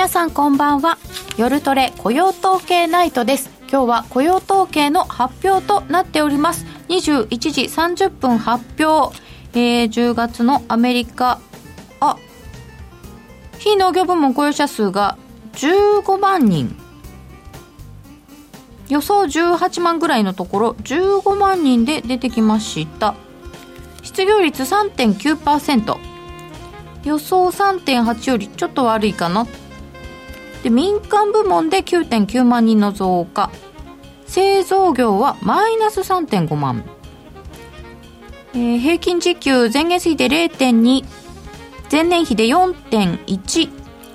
さんこんばんは。夜トレ雇用統計ナイトです。今日は雇用統計の発表となっております。21時30分発表、10月のアメリカ非農業部門雇用者数が15万人、予想18万ぐらいのところ15万人で出てきました。失業率 3.9%、 予想 3.8 よりちょっと悪いかな。で民間部門で 9.9 万人の増加、製造業はマイナス 3.5 万、平均時給前月比で 0.2、 前年比で 4.1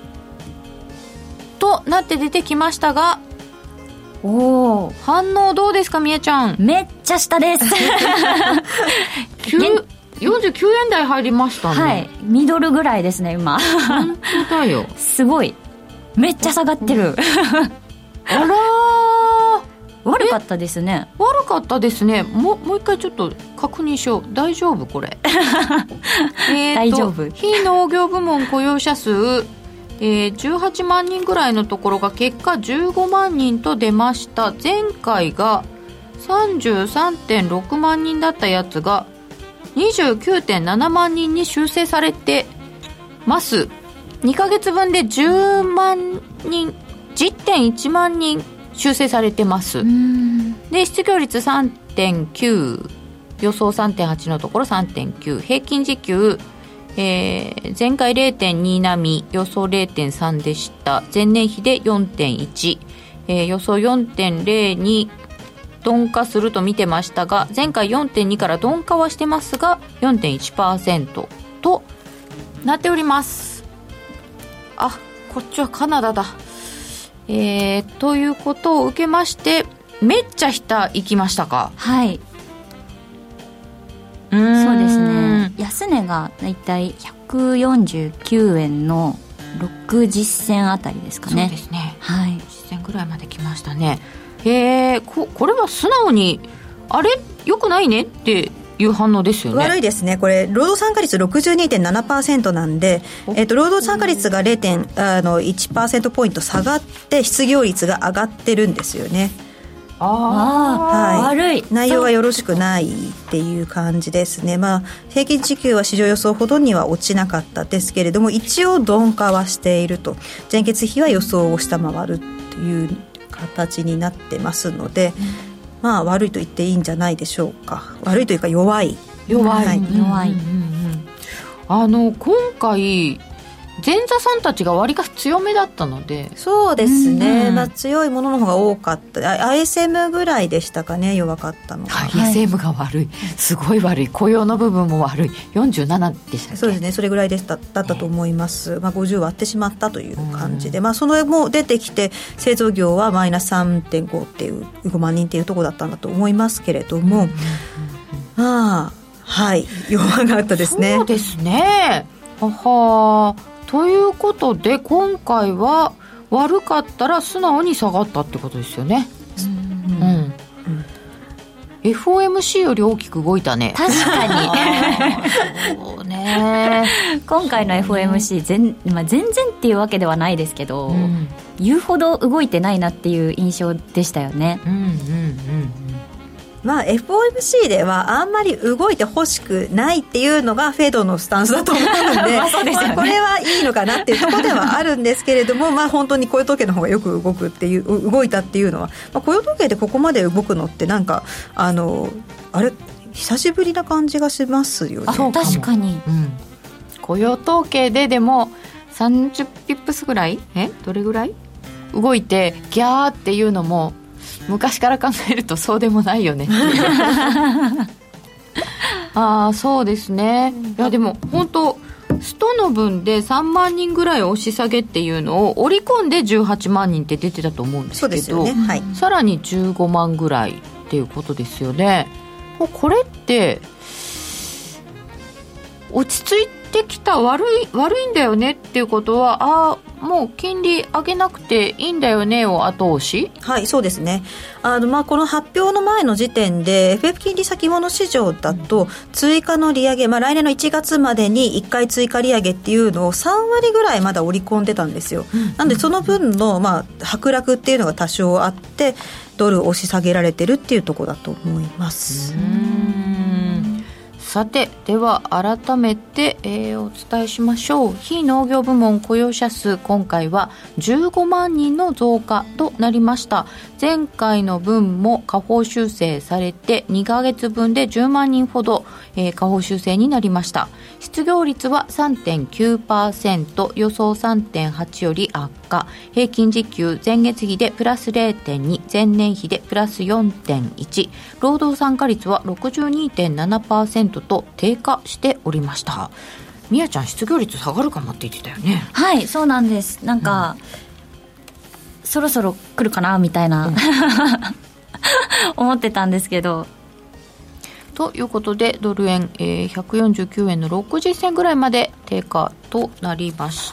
となって出てきましたが、反応どうですか、みやちゃん。 めっちゃ下です 49円台入りましたね。 はい、ミドルぐらいですね今。 本当だよ。 すごい、めっちゃ下がってる。 あらー、 悪かったですね。 悪かったですね。もう一回ちょっと確認しよう。大丈夫これ。 大丈夫。 非農業部門雇用者数、18万人ぐらいのところが結果15万人と出ました。前回が 33.6 万人だったやつが 29.7 万人に修正されてます。2ヶ月分で10万人 10.1 万人修正されてます。で失業率 3.9、 予想 3.8 のところ 3.9、 平均時給、前回 0.2 並み、予想 0.3 でした。前年比で 4.1、予想 4.0 に鈍化すると見てましたが、前回 4.2 から鈍化はしてますが 4.1% となっております。こっちはカナダだ。ということを受けまして、めっちゃ下行きましたか。 はい、そうですね。安値がだいたい149円の60銭あたりですかね。 そうですね、 はい、 60銭ぐらいまで来ましたね。これは素直にあれ良くないねっていう反応ですよね。 悪いですね。これ労働参加率 62.7% なんで、労働参加率が 0.1% ポイント下がって失業率が上がってるんですよね。 悪い、 内容がよろしくないっていう感じですね。平均時給は市場予想ほどには落ちなかったですけれども、一応鈍化はしていると。前月比は予想を下回るっていう形になってますので、悪いと言っていいんじゃないでしょうか。悪いというか弱い、 今回前座さんたちが割が強めだったので。 そうですね、強いものの方が多かった。ISM ぐらいでしたかね、弱かったのが。 ISM が悪い、すごい悪い。雇用の部分も悪い、47でしたっけ。 そうですね、それぐらいだったと思います。50割ってしまったという感じで、それも出てきて製造業はマイナス 3.5 っていう5万人っていうところだったんだと思いますけれども、弱かったですね。 そうですね。ということで今回は悪かったら素直に下がったってことですよね。FOMC より大きく動いたね。 確かに。 そうね。 今回の FOMC 全然っていうわけではないですけど、言うほど動いてないなっていう印象でしたよね。 FOMC ではあんまり動いてほしくないっていうのがフェドのスタンスだと思うのでそうですよね。 これはいいのかなっていうところではあるんですけれども、本当に雇用統計の方がよく動いたっていうのは、雇用統計でここまで動くのってなんかあれ久しぶりな感じがしますよね。 確かに、 雇用統計ででも30ピップスぐらいどれぐらい動いてギャーっていうのも昔から考えるとそうでもないよね。そうですね。いやでも本当ストの分で3万人ぐらい押し下げっていうのを織り込んで18万人って出てたと思うんですけど、 そうですよね、 さらに15万ぐらいっていうことですよね。もうこれって落ち着いしてきた悪いんだよねっていうことは、もう金利上げなくていいんだよねを後押し。 はい、そうですね。この発表の前の時点で FF 金利先物市場だと追加の利上げ、来年の1月までに1回追加利上げっていうのを3割ぐらいまだ織り込んでたんですよ。なのでその分の剥落っていうのが多少あってドル押し下げられてるっていうところだと思います。 さて、では改めて、お伝えしましょう。非農業部門雇用者数、今回は15万人の増加となりました。前回の分も下方修正されて2ヶ月分で10万人ほど、下方修正になりました。失業率は 3.9%、 予想 3.8 より悪化。平均時給前月比でプラス 0.2、 前年比でプラス 4.1、 労働参加率は 62.7% と低下しておりました。みやちゃん、失業率下がるかもって言ってたよね。 はい、そうなんです。なんか、そろそろ来るかなみたいな、思ってたんですけど、 ということでドル円、149円の60銭ぐらいまで低下となりました。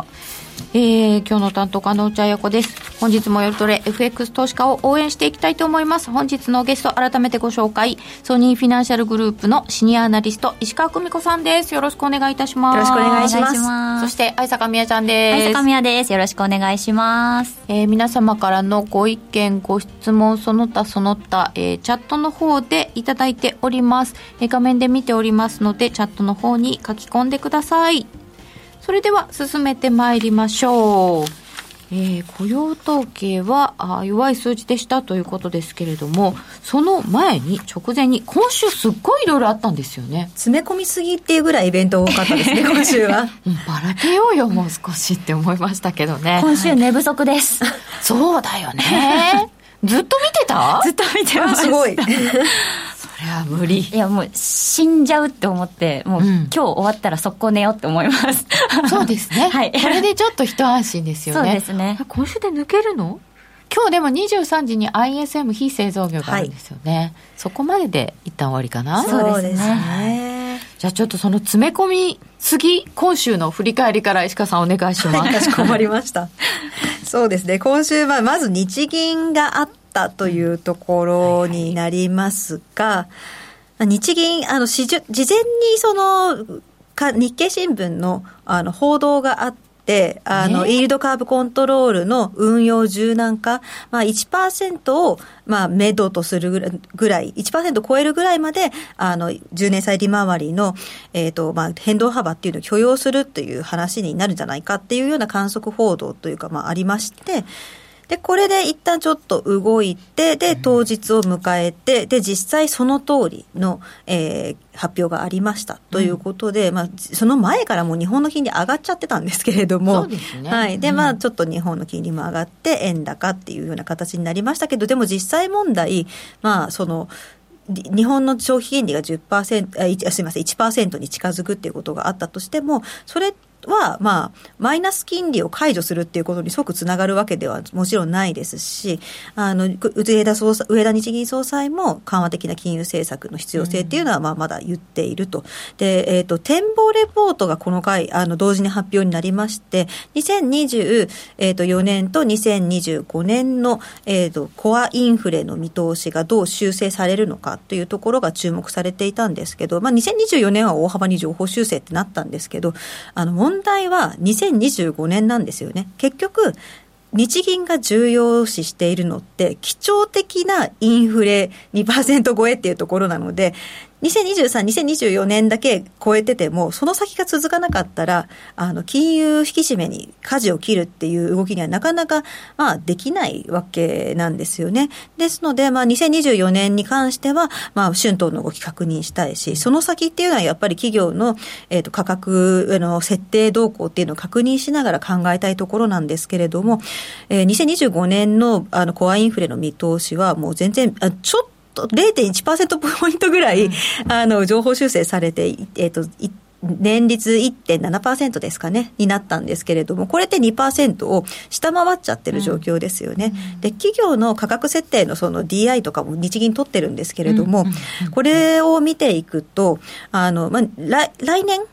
今日の担当家の内彩子です。本日も夜トレ FX 投資家を応援していきたいと思います。本日のゲスト、改めてご紹介、ソニーフィナンシャルグループのシニアアナリスト石川久美子さんです。よろしくお願いいたします。 よろしくお願いします。 そして相坂美也ちゃんです。 相坂美也です。よろしくお願いします。 皆様からのご意見ご質問その他チャットの方でいただいております。画面で見ておりますのでチャットの方に書き込んでください。それでは進めてまいりましょう。雇用統計は弱い数字でしたということですけれども、その前に直前に今週すっごいいろいろあったんですよね。 詰め込みすぎっていうぐらいイベント多かったですね今週は。 ばらけようよもう少しって思いましたけどね。 今週寝不足です、 そうだよねずっと見てた？ ずっと見てました。 すごいそれは無理。 いや、もう死んじゃうって思って、もう、今日終わったら速攻寝ようって思います。 そうですね。はい。これでちょっと一安心ですよね。 そうですね。 今週で抜けるの？今日でも23時に ISM 非製造業があるんですよね。はい、そこまでで一旦終わりかな。 そうですね。 じゃあちょっとその詰め込みすぎ今週の振り返りから石川さんお願いします。 かしこまりました。そうですね。今週はまず日銀があったというところになりますが、日銀事前に日経新聞の報道があって、イールドカーブコントロールの運用柔軟化、1% を目処とするぐらい 1% 超えるぐらいまで10年債利回りの変動幅っていうのを許容するという話になるんじゃないかっていうような観測報道というかありまして、でこれで一旦ちょっと動いて、で当日を迎えて、で実際その通りの、発表がありましたということで、その前からもう日本の金利上がっちゃってたんですけれども、 そうですね。 はい。でちょっと日本の金利も上がって円高っていうような形になりましたけど、でも実際問題日本の消費金利が1% に近づくっていうことがあったとしても、それはマイナス金利を解除するっていうことに即つながるわけではもちろんないですし、上田日銀総裁も緩和的な金融政策の必要性っていうのはまだ言っていると。で、展望レポートがこの回同時に発表になりまして、2024年と2025年のコアインフレの見通しがどう修正されるのかというところが注目されていたんですけど、2024年は大幅に上方修正ってなったんですけど、問題は2025年なんですよね。結局日銀が重要視しているのって基調的なインフレ 2% 超えっていうところなので、2023、2024年だけ超えててもその先が続かなかったら金融引き締めに舵を切るっていう動きにはなかなかできないわけなんですよね。ですので2024年に関しては春闘の動き確認したいし、その先っていうのはやっぱり企業の価格の設定動向っていうのを確認しながら考えたいところなんですけれども、2025年のコアインフレの見通しはもう全然ちょっと0.1% ポイントぐらい、情報修正されて、年率 1.7% ですかね、になったんですけれども、これって 2% を下回っちゃってる状況ですよね。で、企業の価格設定のその DI とかも日銀取ってるんですけれども、これを見ていくと、来年、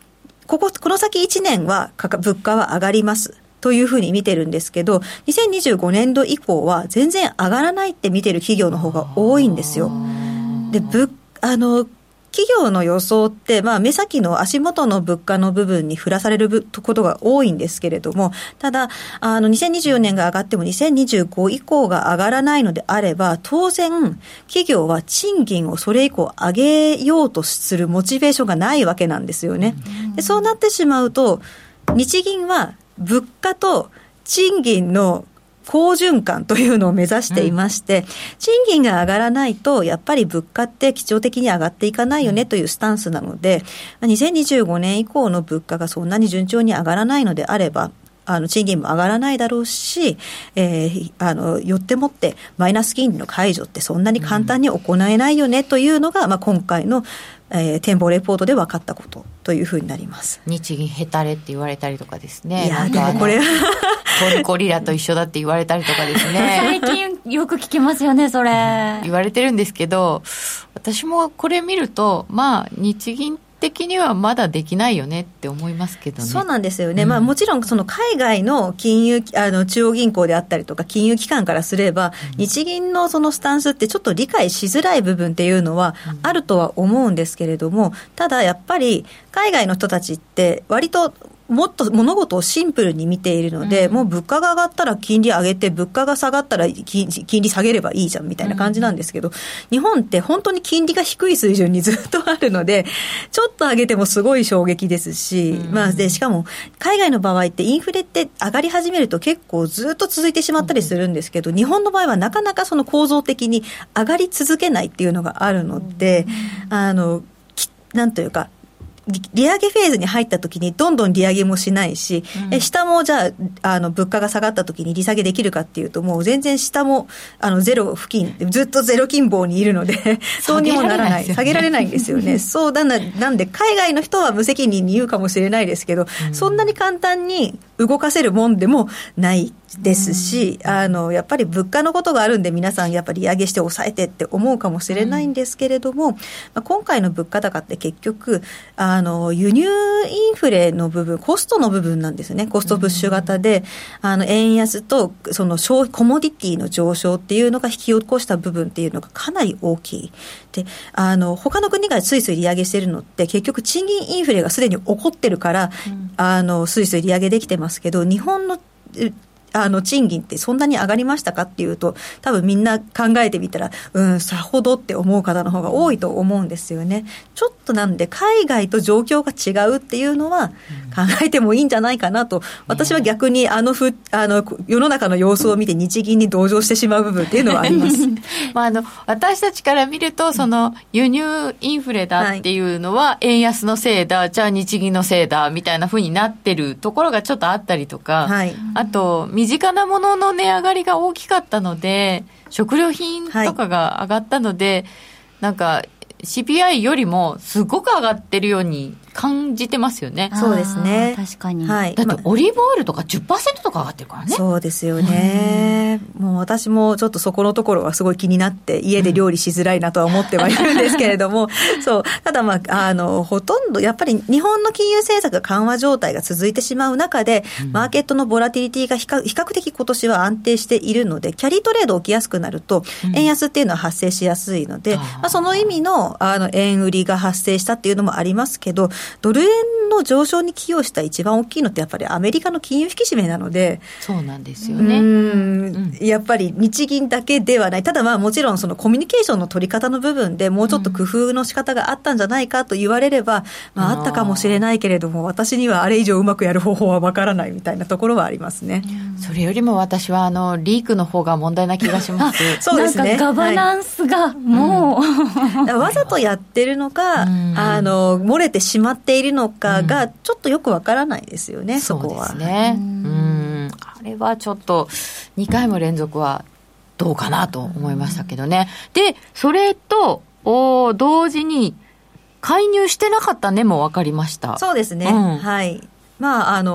この先1年は物価は上がりますというふうに見てるんですけど、2025年度以降は全然上がらないって見てる企業の方が多いんですよ。で、企業の予想って、目先の足元の物価の部分に振らされることが多いんですけれども、ただ、2024年が上がっても2025以降が上がらないのであれば、当然、企業は賃金をそれ以降上げようとするモチベーションがないわけなんですよね。で、そうなってしまうと、日銀は物価と賃金の好循環というのを目指していまして、賃金が上がらないとやっぱり物価って基調的に上がっていかないよねというスタンスなので、2025年以降の物価がそんなに順調に上がらないのであれば、賃金も上がらないだろうし、よってもってマイナス金利の解除ってそんなに簡単に行えないよねというのが、今回の展望レポートで分かったことというふうになります。 日銀ヘタレって言われたりとかですね。 いやでもこれトルコリラと一緒だって言われたりとかですね。 最近よく聞きますよね、それ。 言われてるんですけど、私もこれ見ると、日銀的にはまだできないよねって思いますけどね。 そうなんですよね。もちろんその海外の金融中央銀行であったりとか金融機関からすれば、日銀のそのスタンスってちょっと理解しづらい部分っていうのはあるとは思うんですけれども、ただやっぱり海外の人たちって割ともっと物事をシンプルに見ているので、もう物価が上がったら金利上げて、物価が下がったら金利下げればいいじゃんみたいな感じなんですけど、日本って本当に金利が低い水準にずっとあるので、ちょっと上げてもすごい衝撃ですし、でしかも海外の場合ってインフレって上がり始めると結構ずっと続いてしまったりするんですけど、日本の場合はなかなかその構造的に上がり続けないっていうのがあるので、なんというか、利上げフェーズに入った時にどんどん利上げもしないし、下もじゃあ、物価が下がった時に利下げできるかっていうと、もう全然下もゼロ付近ずっとゼロ金棒にいるのでどうにもならない、下げられないんですよね。そうなんで海外の人は無責任に言うかもしれないですけど、そんなに簡単に動かせるもんでもないですし、やっぱり物価のことがあるんで皆さんやっぱり利上げして抑えてって思うかもしれないんですけれども、今回の物価高って結局輸入インフレの部分、コストの部分なんですね。コストプッシュ型で、円安とそのコモディティの上昇っていうのが引き起こした部分っていうのがかなり大きい。で、他の国がスイスイ利上げしてるのって結局賃金インフレがすでに起こってるから、スイスイ利上げできてますけど、日本の賃金ってそんなに上がりましたかっていうと、多分みんな考えてみたらさほどって思う方の方が多いと思うんですよね。ちょっとなんで海外と状況が違うっていうのは考えてもいいんじゃないかなと、私は逆に世の中の様子を見て日銀に同情してしまう部分っていうのはあります私たちから見るとその輸入インフレだっていうのは円安のせいだ、じゃあ日銀のせいだみたいな風になってるところがちょっとあったりとか、あと身近なものの値上がりが大きかったので、食料品とかが上がったので、なんか CPI よりもすごく上がってるように感じてますよね。 そうですね。 確かに。 だってオリーブオイルとか 10% とか上がってるからね。 そうですよね。もう私もちょっとそこのところはすごい気になって家で料理しづらいなとは思ってはいるんですけれども、そう。ただほとんどやっぱり日本の金融政策が緩和状態が続いてしまう中で、マーケットのボラティリティが比較的今年は安定しているので、キャリートレード起きやすくなると円安っていうのは発生しやすいので、その意味の円売りが発生したっていうのもありますけど、ドル円の上昇に寄与した一番大きいのってやっぱりアメリカの金融引き締めなので、 そうなんですよね。 やっぱり日銀だけではない。ただもちろんそのコミュニケーションの取り方の部分でもうちょっと工夫の仕方があったんじゃないかと言われれば、あったかもしれないけれども、私にはあれ以上うまくやる方法はわからないみたいなところはありますね。 それよりも私はリークの方が問題な気がします。 そうですね。 なんかガバナンスがもう、 わざとやってるのか、漏れてしまっているのかがちょっとよくわからないですよね、そこは。 そうですね。あれはちょっと2回も連続はどうかなと思いましたけどね。で、それと同時に介入してなかったねも分かりました。 そうですね。はい。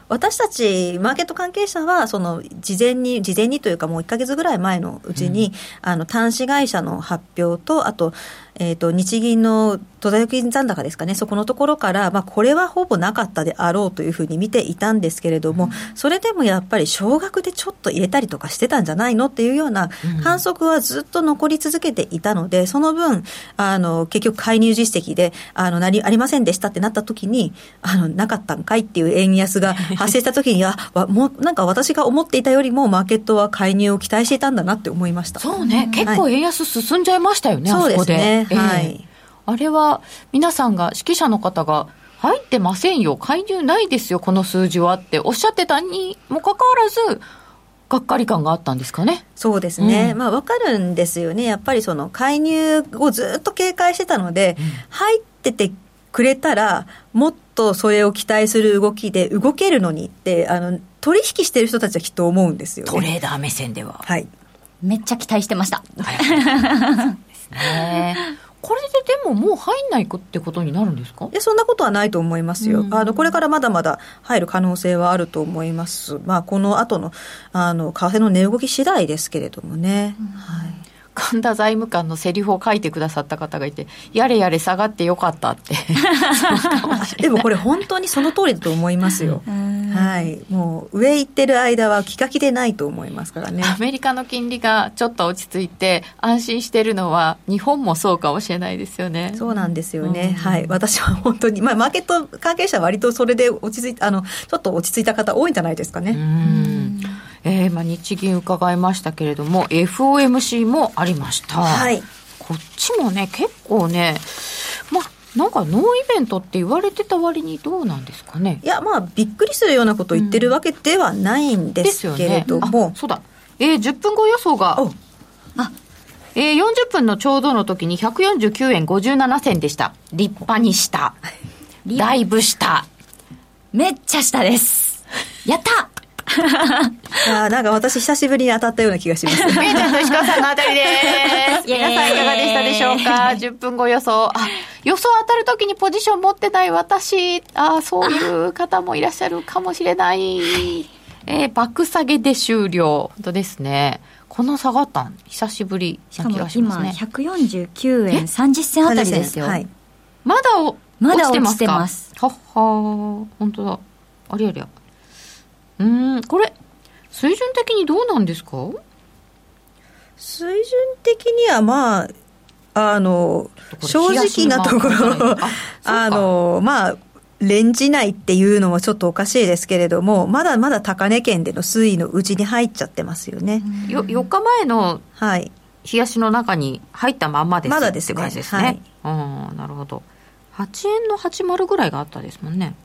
私たちマーケット関係者はその事前にというかもう1ヶ月ぐらい前のうちに、端子会社の発表とあと日銀の途絶預金残高ですかね、そこのところから、これはほぼなかったであろうというふうに見ていたんですけれども、それでもやっぱり少額でちょっと入れたりとかしてたんじゃないのっていうような観測はずっと残り続けていたので、その分結局介入実績でありませんでしたってなった時になかったんかいっていう円安が発生した時にもうなんか私が思っていたよりもマーケットは介入を期待していたんだなって思いました。 そうね、結構円安進んじゃいましたよね、 そうですね、はい、 あれは皆さんが指揮者の方が入ってませんよ、介入ないですよこの数字はっておっしゃってたにもかかわらずがっかり感があったんですかね。 そうですね、分かるんですよね。やっぱりその介入をずっと警戒してたので、入っててくれたらもっとそれを期待する動きで動けるのにって取引してる人たちはきっと思うんですよね、 トレーダー目線では。 はい、 めっちゃ期待してました。 そうですね。これででももう入んないってことになるんですか？ そんなことはないと思いますよ。これからまだまだ入る可能性はあると思います。この後の為替の値動き次第ですけれどもね、はい、 神田財務官のセリフを書いてくださった方がいて、やれやれ下がってよかったってでもこれ本当にその通りだと思いますよ。はい、もう上行ってる間は気が気でないと思いますからね。 アメリカの金利がちょっと落ち着いて安心してるのは日本もそうかもしれないですよね。 そうなんですよね、はい、私は本当に、マーケット関係者は割とそれで落ち着いちょっと落ち着いた方多いんじゃないですかね。 日銀伺いましたけれども FOMC もありました、 はい、 こっちもね結構ねなんかノーイベントって言われてた割にどうなんですかね。 いやびっくりするようなことを言ってるわけではないんですけれども、 そうだ、10分後予想が40分のちょうどの時に149円57銭でした。立派にしただいぶしためっちゃ下です。やったなんか私久しぶりに当たったような気がします。 めいちゃんと石川さんのあたりです皆さんいかがでしたでしょうか。10分後予想予想当たるときにポジション持ってない私そういう方もいらっしゃるかもしれない。爆下げで終了。本当ですね。この下がったん久しぶりな気がしますね。 今149円30銭あたりですよ、はい、 まだ落ちてますか。 落ちてます。 はっはー、本当だ。ありゃりゃ。これ水準的にどうなんですか。 水準的には正直なところレンジ内っていうのもちょっとおかしいですけれども、まだまだ高値圏での推移のうちに入っちゃってますよね。 4日前の冷やしの中に入ったまんまです、 まだですね、 って感じですね、はい、なるほど。8円の80ぐらいがあったですもんね。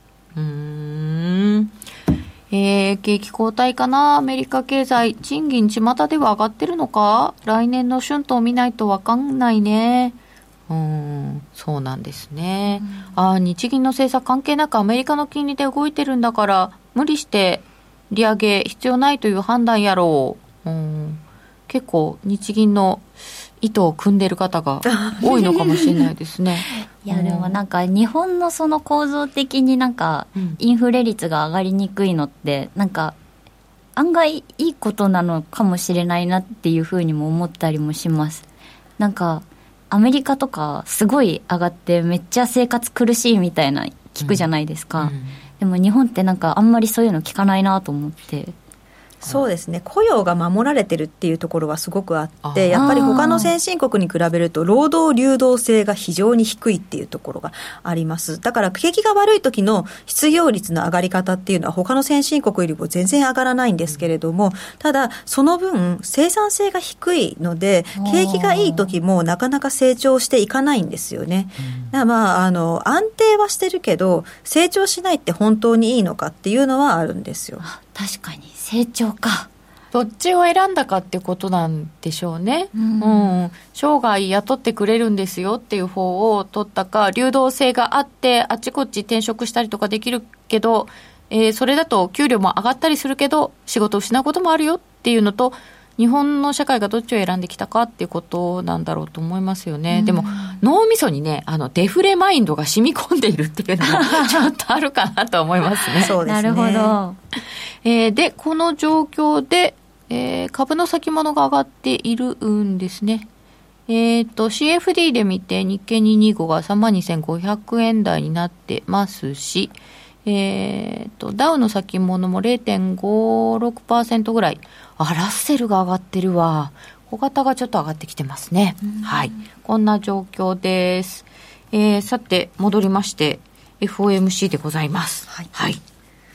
景気後退かな。アメリカ経済賃金巷では上がってるのか。来年の春闘を見ないと分かんないね。そうなんですね。日銀の政策関係なくアメリカの金利で動いてるんだから無理して利上げ必要ないという判断やろう。結構日銀の意図を組んでる方が多いのかもしれないですね。 いやでもなんか日本のその構造的になんかインフレ率が上がりにくいのってなんか案外いいことなのかもしれないなっていうふうにも思ったりもします。なんかアメリカとかすごい上がってめっちゃ生活苦しいみたいな聞くじゃないですか、でも日本ってなんかあんまりそういうの聞かないなと思って。 そうですね、雇用が守られてるっていうところはすごくあって、やっぱり他の先進国に比べると労働流動性が非常に低いっていうところがあります。だから景気が悪い時の失業率の上がり方っていうのは他の先進国よりも全然上がらないんですけれども、ただその分生産性が低いので景気がいい時もなかなか成長していかないんですよね。だから安定はしてるけど成長しないって本当にいいのかっていうのはあるんですよ。 確かに成長か。 どっちを選んだかってことなんでしょうね。生涯雇ってくれるんですよっていう方を取ったか、流動性があってあっちこっち転職したりとかできるけど、それだと給料も上がったりするけど仕事を失うこともあるよっていうのと、 日本の社会がどっちを選んできたかっていうことなんだろうと思いますよね。でも脳みそにねデフレマインドが染み込んでいるっていうのもちょっとあるかなと思いますね。 そうですね。 なるほど。 でこの状況で、株の先物が上がっているんですね。CFD で見て日経225が 32,500 円台になってますし、ダウの先物も 0.56% ぐらい。ラッセルが上がってるわ。小型がちょっと上がってきてますね。はい。こんな状況です。さて、戻りまして、FOMC でございます。 はい。 はい。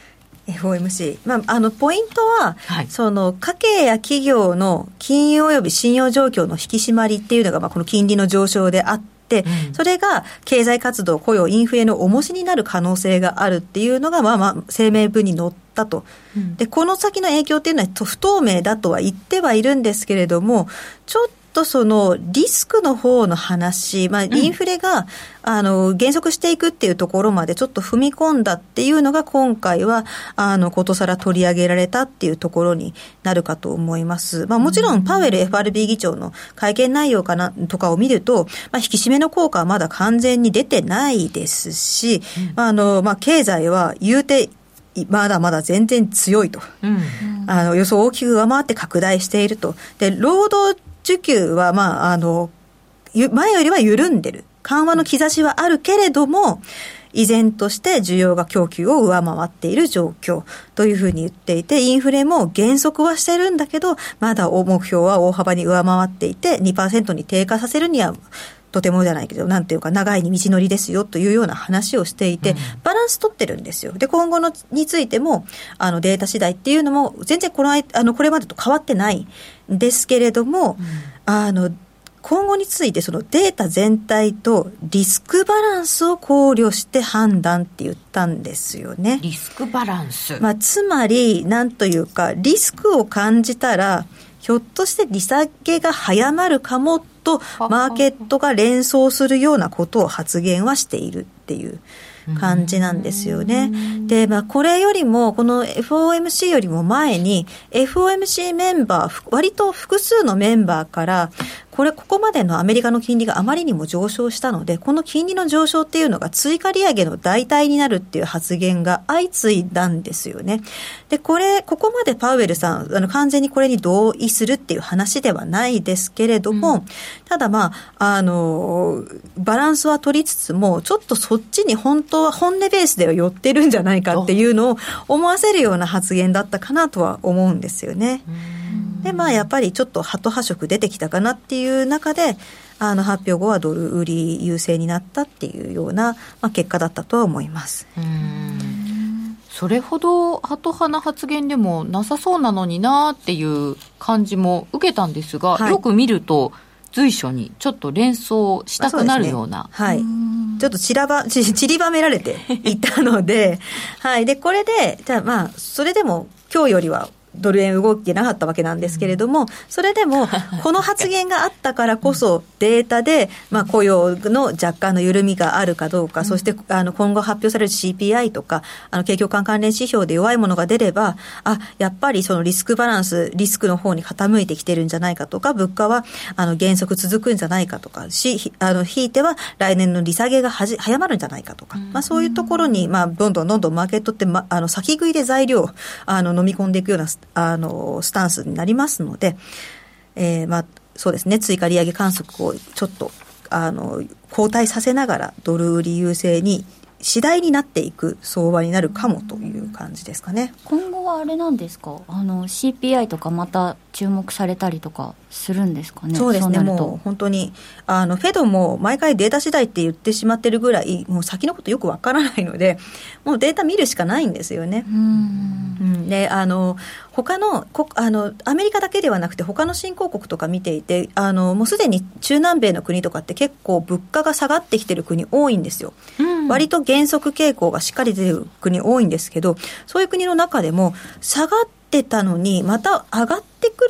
FOMC、ポイントは、 はい、 その家計や企業の金融及び信用状況の引き締まりっていうのが、この金利の上昇であって、それが経済活動、雇用、インフレの重しになる可能性があるっていうのが、声明文に載ったと。で、この先の影響っていうのは不透明だとは言ってはいるんですけれども、ちょっとそのリスクの方の話、インフレが、減速していくっていうところまでちょっと踏み込んだっていうのが今回はことさら取り上げられたっていうところになるかと思います。もちろんパウエル FRB 議長の会見内容かなとかを見ると、引き締めの効果はまだ完全に出てないですし、経済は言うてまだまだ全然強いと、予想を大きく上回って拡大していると。で、労働需給は前よりは緩んでる。緩和の兆しはあるけれども、依然として需要が供給を上回っている状況というふうに言っていて、インフレも減速はしてるんだけど、まだ目標は大幅に上回っていて、2% に低下させるにはとてもじゃないけど、なんていうか長いに道のりですよというような話をしていて、バランス取ってるんですよ。で、今後のについてもデータ次第っていうのも全然これまでと変わってないんですけれども、今後についてそのデータ全体とリスクバランスを考慮して判断って言ったんですよね。 リスクバランス。 つまりなんというか、リスクを感じたらひょっとして利下げが早まるかもとマーケットが連想するようなことを発言はしているっていう感じなんですよね。で、これよりもこの FOMC よりも前に FOMC メンバー、割と複数のメンバーからここまでのアメリカの金利があまりにも上昇したので、この金利の上昇っていうのが追加利上げの代替になるっていう発言が相次いだんですよね。で、ここまでパウエルさん、完全にこれに同意するっていう話ではないですけれども、ただバランスは取りつつも、ちょっとそっちに本当は本音ベースでは寄ってるんじゃないかっていうのを思わせるような発言だったかなとは思うんですよね。で、やっぱりちょっとハト派色出てきたかなっていう中で、発表後はドル売り優勢になったっていうような、結果だったとは思います。 それほどハト派な発言でもなさそうなのになっていう感じも受けたんですが、よく見ると随所にちょっっと連想したくなるような、 ちょっと散りばめられていたのででこれでじゃあそれでも今日よりはドル円動いてなかったわけなんですけれども、それでもこの発言があったからこそデータで雇用の若干の緩みがあるかどうか、そして今後発表される CPI とか景況感関連指標で弱いものが出れば、やっぱりそのリスクバランス、リスクの方に傾いてきてるんじゃないかとか、物価は減速続くんじゃないかとか、ひいては来年の利下げが早まるんじゃないかとか、そういうところにどんどんマーケットって先食いで材料を飲み込んでいくようなスタンスになりますので、そうですね、追加利上げ観測をちょっと後退させながらドル売り優勢に次第になっていく相場になるかもという感じですかね。 今後はあれなんですか、CPI とかまた注目されたりとかするんですかね。 そうですね、もう本当にフェドも毎回データ次第って言ってしまってるぐらい、もう先のことよくわからないので、もうデータ見るしかないんですよね。で他のアメリカだけではなくて他の新興国とか見ていて、もうすでに中南米の国とかって結構物価が下がってきてる国多いんですよ。割と減速傾向がしっかり出てる国多いんですけど、そういう国の中でも下がってたのにまた上がってくる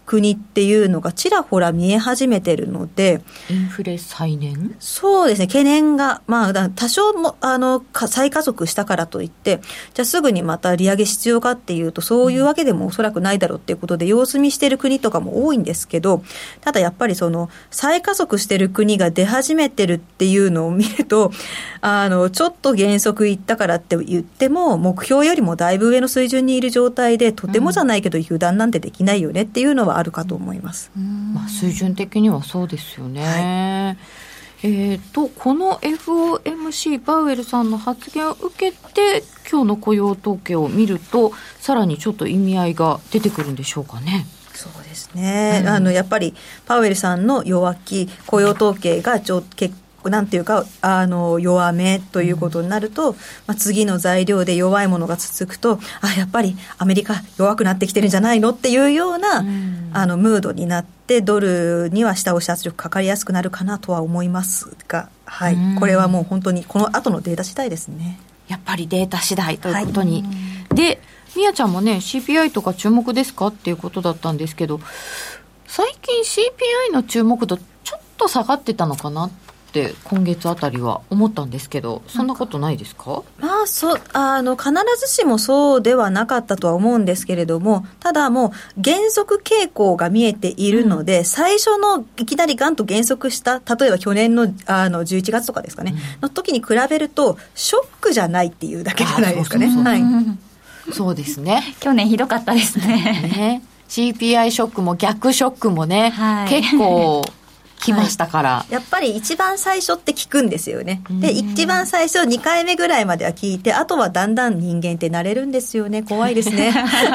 国っていうのがちらほら見え始めてるので、 インフレ再燃？ そうですね、懸念が、多少も再加速したからといってじゃあすぐにまた利上げ必要かっていうとそういうわけでもおそらくないだろうっていうことで様子見してる国とかも多いんですけど、ただやっぱりその再加速してる国が出始めてるっていうのを見るとちょっと減速いったからって言っても目標よりもだいぶ上の水準にいる状態でとてもじゃないけど油断なんてできないよねっていうのはあるかと思います。 水準的にはそうですよね、はい。この FOMC パウエルさんの発言を受けて今日の雇用統計を見るとさらにちょっと意味合いが出てくるんでしょうかね。 そうですね、やっぱりパウエルさんの弱気雇用統計がなんていうか弱めということになると、次の材料で弱いものが続くとやっぱりアメリカ弱くなってきてるんじゃないのっていうような、ムードになってドルには下押し圧力かかりやすくなるかなとは思いますが、はい、これはもう本当にこの後のデータ次第ですね。やっぱりデータ次第ということに、でみやちゃんもね CPI とか注目ですかっていうことだったんですけど、最近 CPI の注目度ちょっと下がってたのかなって今月あたりは思ったんですけど、そんなことないですか？必ずしもそうではなかったとは思うんですけれども、ただもう減速傾向が見えているので、最初のいきなりガンと減速した例えば去年の11月とかですかね、の時に比べるとショックじゃないっていうだけじゃないですかね。そうですね去年ひどかったですね CPI ショックも逆ショックもね、結構来ましたから、 やっぱり一番最初って効くんですよね。で一番最初2回目ぐらいまでは効いて、あとはだんだん人間って慣れるんですよね。怖いですね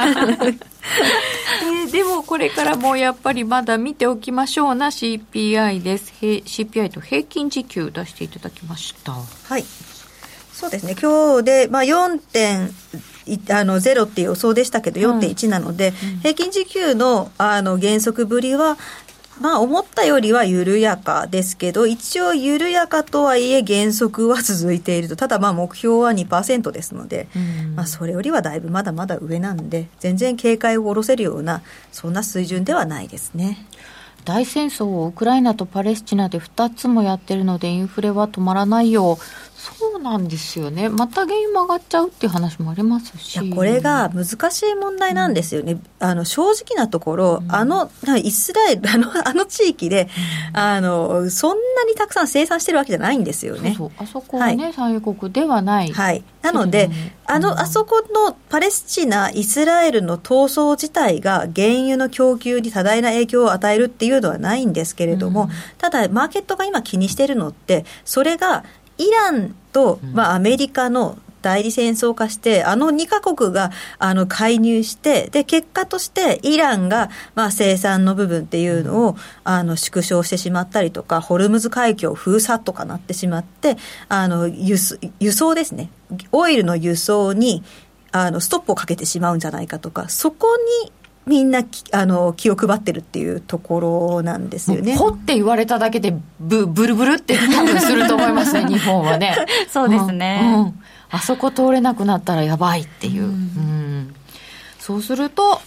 でもこれからもやっぱりまだ見ておきましょうな CPI です。CPI と平均時給出していただきました。はい、そうですね、今日で、4.0 っていう予想でしたけど 4.1 なので、平均時給の減速ぶりは思ったよりは緩やかですけど、一応緩やかとはいえ減速は続いていると。ただ目標は 2% ですので、それよりはだいぶまだまだ上なんで、全然警戒を下ろせるようなそんな水準ではないですね。大戦争をウクライナとパレスチナで2つもやってるのでインフレは止まらないよ。そうなんですよね。また原油も上がっちゃうっていう話もありますし、これが難しい問題なんですよね。正直なところ、イスラエル地域で、そんなにたくさん生産してるわけじゃないんですよね。あそこはね、産油国ではない、なのであそこのパレスチナイスラエルの闘争自体が原油の供給に多大な影響を与えるっていうのはないんですけれども、ただマーケットが今気にしてるのって、それがイランと、アメリカの代理戦争化して、2カ国が介入して、で結果としてイランが、生産の部分っていうのを縮小してしまったりとか、ホルムズ海峡封鎖とかなってしまって、輸送ですね、オイルの輸送にストップをかけてしまうんじゃないかとか、そこにみんな気を配ってるっていうところなんですよね。ほって言われただけでブルブルって多分すると思いますね日本はねそうですね、 あそこ通れなくなったらやばいっていう、そうすると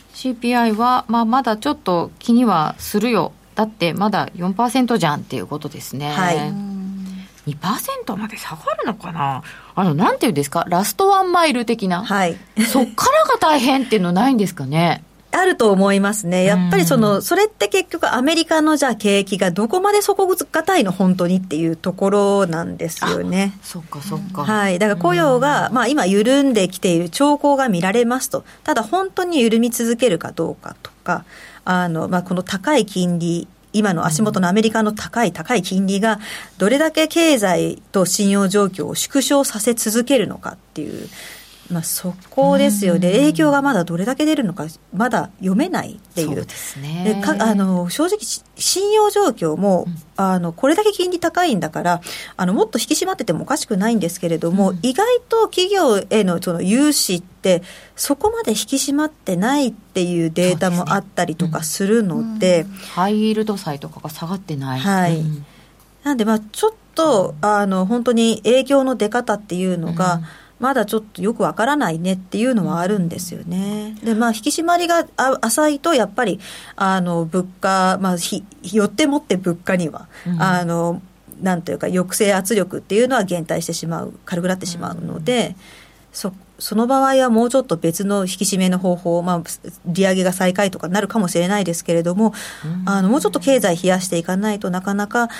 CPI は、まだちょっと気にはするよ。だってまだ 4% じゃんっていうことですね。2% まで下がるのかな。なんていうんですか、ラストワンマイル的な、そっからが大変っていうのないんですかね。あると思いますね。やっぱりそれって結局アメリカのじゃあ景気がどこまで底堅いの本当にっていうところなんですよね。そっかそっか。だから雇用が、今緩んできている兆候が見られますと。ただ本当に緩み続けるかどうかとか、この高い金利、今の足元のアメリカの高い金利がどれだけ経済と信用状況を縮小させ続けるのかっていう、そこですよね。影響がまだどれだけ出るのかまだ読めないっていう。そうですね。正直信用状況も、これだけ金利高いんだからもっと引き締まっててもおかしくないんですけれども、意外と企業へのその融資ってそこまで引き締まってないっていうデータもあったりとかするので、ハイイールド債とかが下がってない。なんでちょっと本当に影響の出方っていうのが、 まだちょっとよくわからないねっていうのはあるんですよね。で、引き締まりが浅いとやっぱり物価、よってもって物価には、なんというか抑制圧力っていうのは減退してしまう、軽くなってしまうので、その場合はもうちょっと別の引き締めの方法、利上げが再開とかなるかもしれないですけれども、もうちょっと経済冷やしていかないとなかなか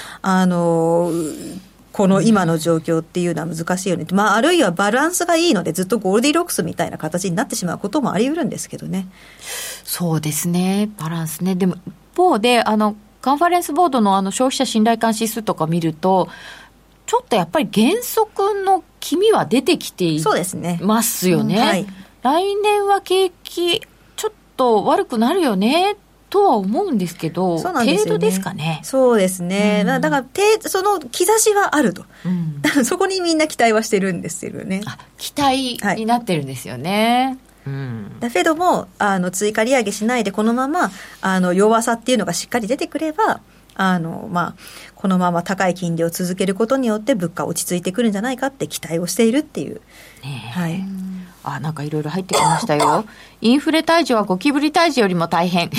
この今の状況っていうのは難しいよね。あるいはバランスがいいのでずっとゴールディロックスみたいな形になってしまうこともあり得るんですけどね。 そうですね、バランスね。でも一方でカンファレンスボードの消費者信頼感指数とか見ると、ちょっとやっぱり減速の気味は出てきていますよね。はい、来年は景気ちょっと悪くなるよねとは思うんですけど、そうなんですよね、程度ですかね。 そうですね、だからその兆しはあると、そこにみんな期待はしてるんですよね。 期待になってるんですよね。フェドも追加利上げしないでこのまま弱さっていうのがしっかり出てくればこのまま高い金利を続けることによって物価落ち着いてくるんじゃないかって期待をしているっていう、はい、 なんかいろいろ入ってきましたよ。インフレ退治はゴキブリ退治よりも大変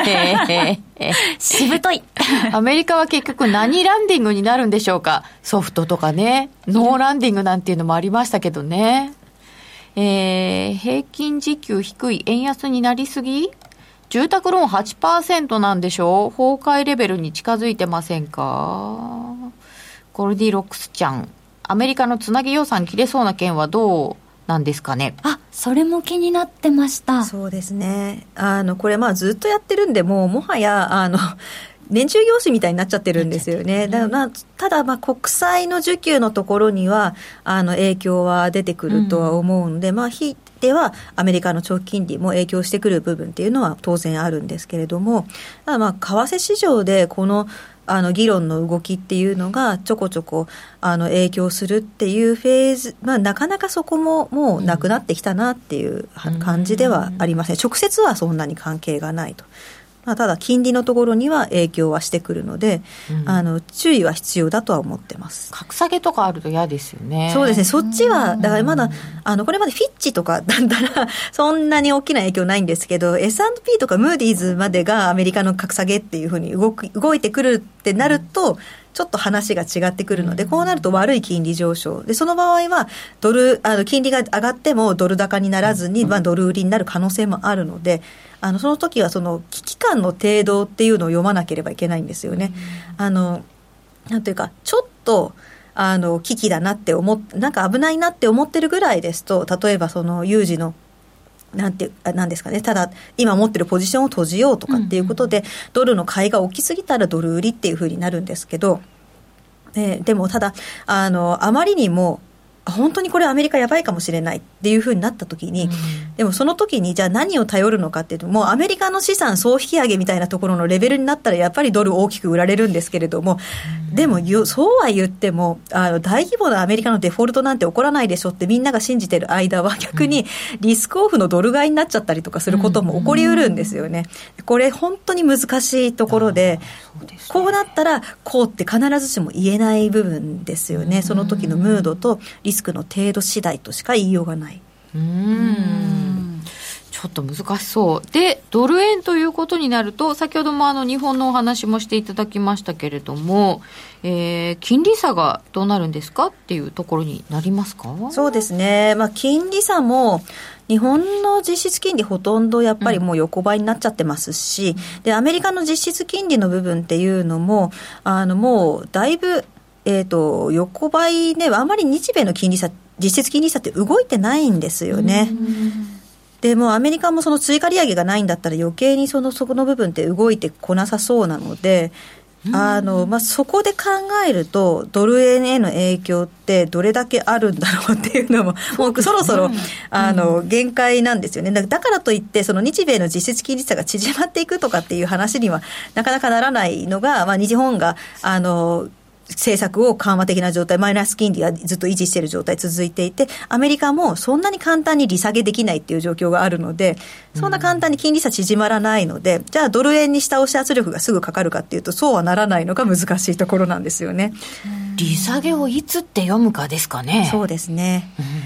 しぶといアメリカは結局何ランディングになるんでしょうか。ソフトとかね、ノーランディングなんていうのもありましたけどね。平均時給低い、円安になりすぎ、住宅ローン 8% なんでしょう。崩壊レベルに近づいてませんか。ゴールディロックスちゃん、アメリカのつなぎ予算切れそうな件はどうなんですかね。 それも気になってました。 そうですね、これずっとやってるんで、もはや年中行事みたいになっちゃってるんですよね。ただ国債の需給のところには影響は出てくるとは思うんで、ひいてはアメリカの長期金利も影響してくる部分っていうのは当然あるんですけれども、為替市場でこの議論の動きっていうのがちょこちょこ影響するっていうフェーズ、なかなかそこももうなくなってきたなっていう感じではありません。直接はそんなに関係がないと。ただ金利のところには影響はしてくるので、注意は必要だとは思ってます。 格下げとかあると嫌ですよね。 そうですね、そっちはだからまだこれまでフィッチとかだったらそんなに大きな影響ないんですけど、 S&P とかムーディーズまでがアメリカの格下げっていうふうに動いてくるってなると、ちょっと話が違ってくるので、こうなると悪い金利上昇で、その場合は金利が上がってもドル高にならずに、ドル売りになる可能性もあるので、その時はその危機感の程度っていうのを読まなければいけないんですよね。なんていうか、ちょっと危機だなってなんか危ないなって思ってるぐらいですと、例えばその有事のなんですかね、ただ今持ってるポジションを閉じようとかっていうことで、ドルの買いが大きすぎたらドル売りっていう風になるんですけど、でもただあまりにも本当にこれアメリカやばいかもしれないっていう風になった時に、でもその時にじゃあ何を頼るのかっていうと、もうアメリカの資産総引き上げみたいなところのレベルになったらやっぱりドル大きく売られるんですけれども、でもそうは言っても大規模なアメリカのデフォルトなんて起こらないでしょってみんなが信じてる間は、逆にリスクオフのドル買いになっちゃったりとかすることも起こりうるんですよね。これ本当に難しいところで、こうなったらこうって必ずしも言えない部分ですよね。その時のムードとリスクの程度次第としか言いようがない。 ちょっと難しそうで、ドル円ということになると、先ほども日本のお話もしていただきましたけれども、金利差がどうなるんですかっていうところになりますか。 そうですね、金利差も日本の実質金利ほとんどやっぱりもう横ばいになっちゃってますし、でアメリカの実質金利の部分っていうのももうだいぶ横ばいで、あまり日米の金利差、実質金利差って動いてないんですよね。でもアメリカもその追加利上げがないんだったら余計にそこの部分って動いてこなさそうなので、そこで考えるとドル円への影響ってどれだけあるんだろうっていうのももうそろそろ限界なんですよね。だからといってその日米の実質金利差が縮まっていくとかっていう話にはなかなかならないのが、日本が政策を緩和的な状態、マイナス金利がずっと維持している状態続いていて、アメリカもそんなに簡単に利下げできないっていう状況があるので、そんな簡単に金利差縮まらないので、じゃあドル円に下押し圧力がすぐかかるかっていうと、そうはならないのが難しいところなんですよね。 利下げをいつって読むかですかね。 そうですね。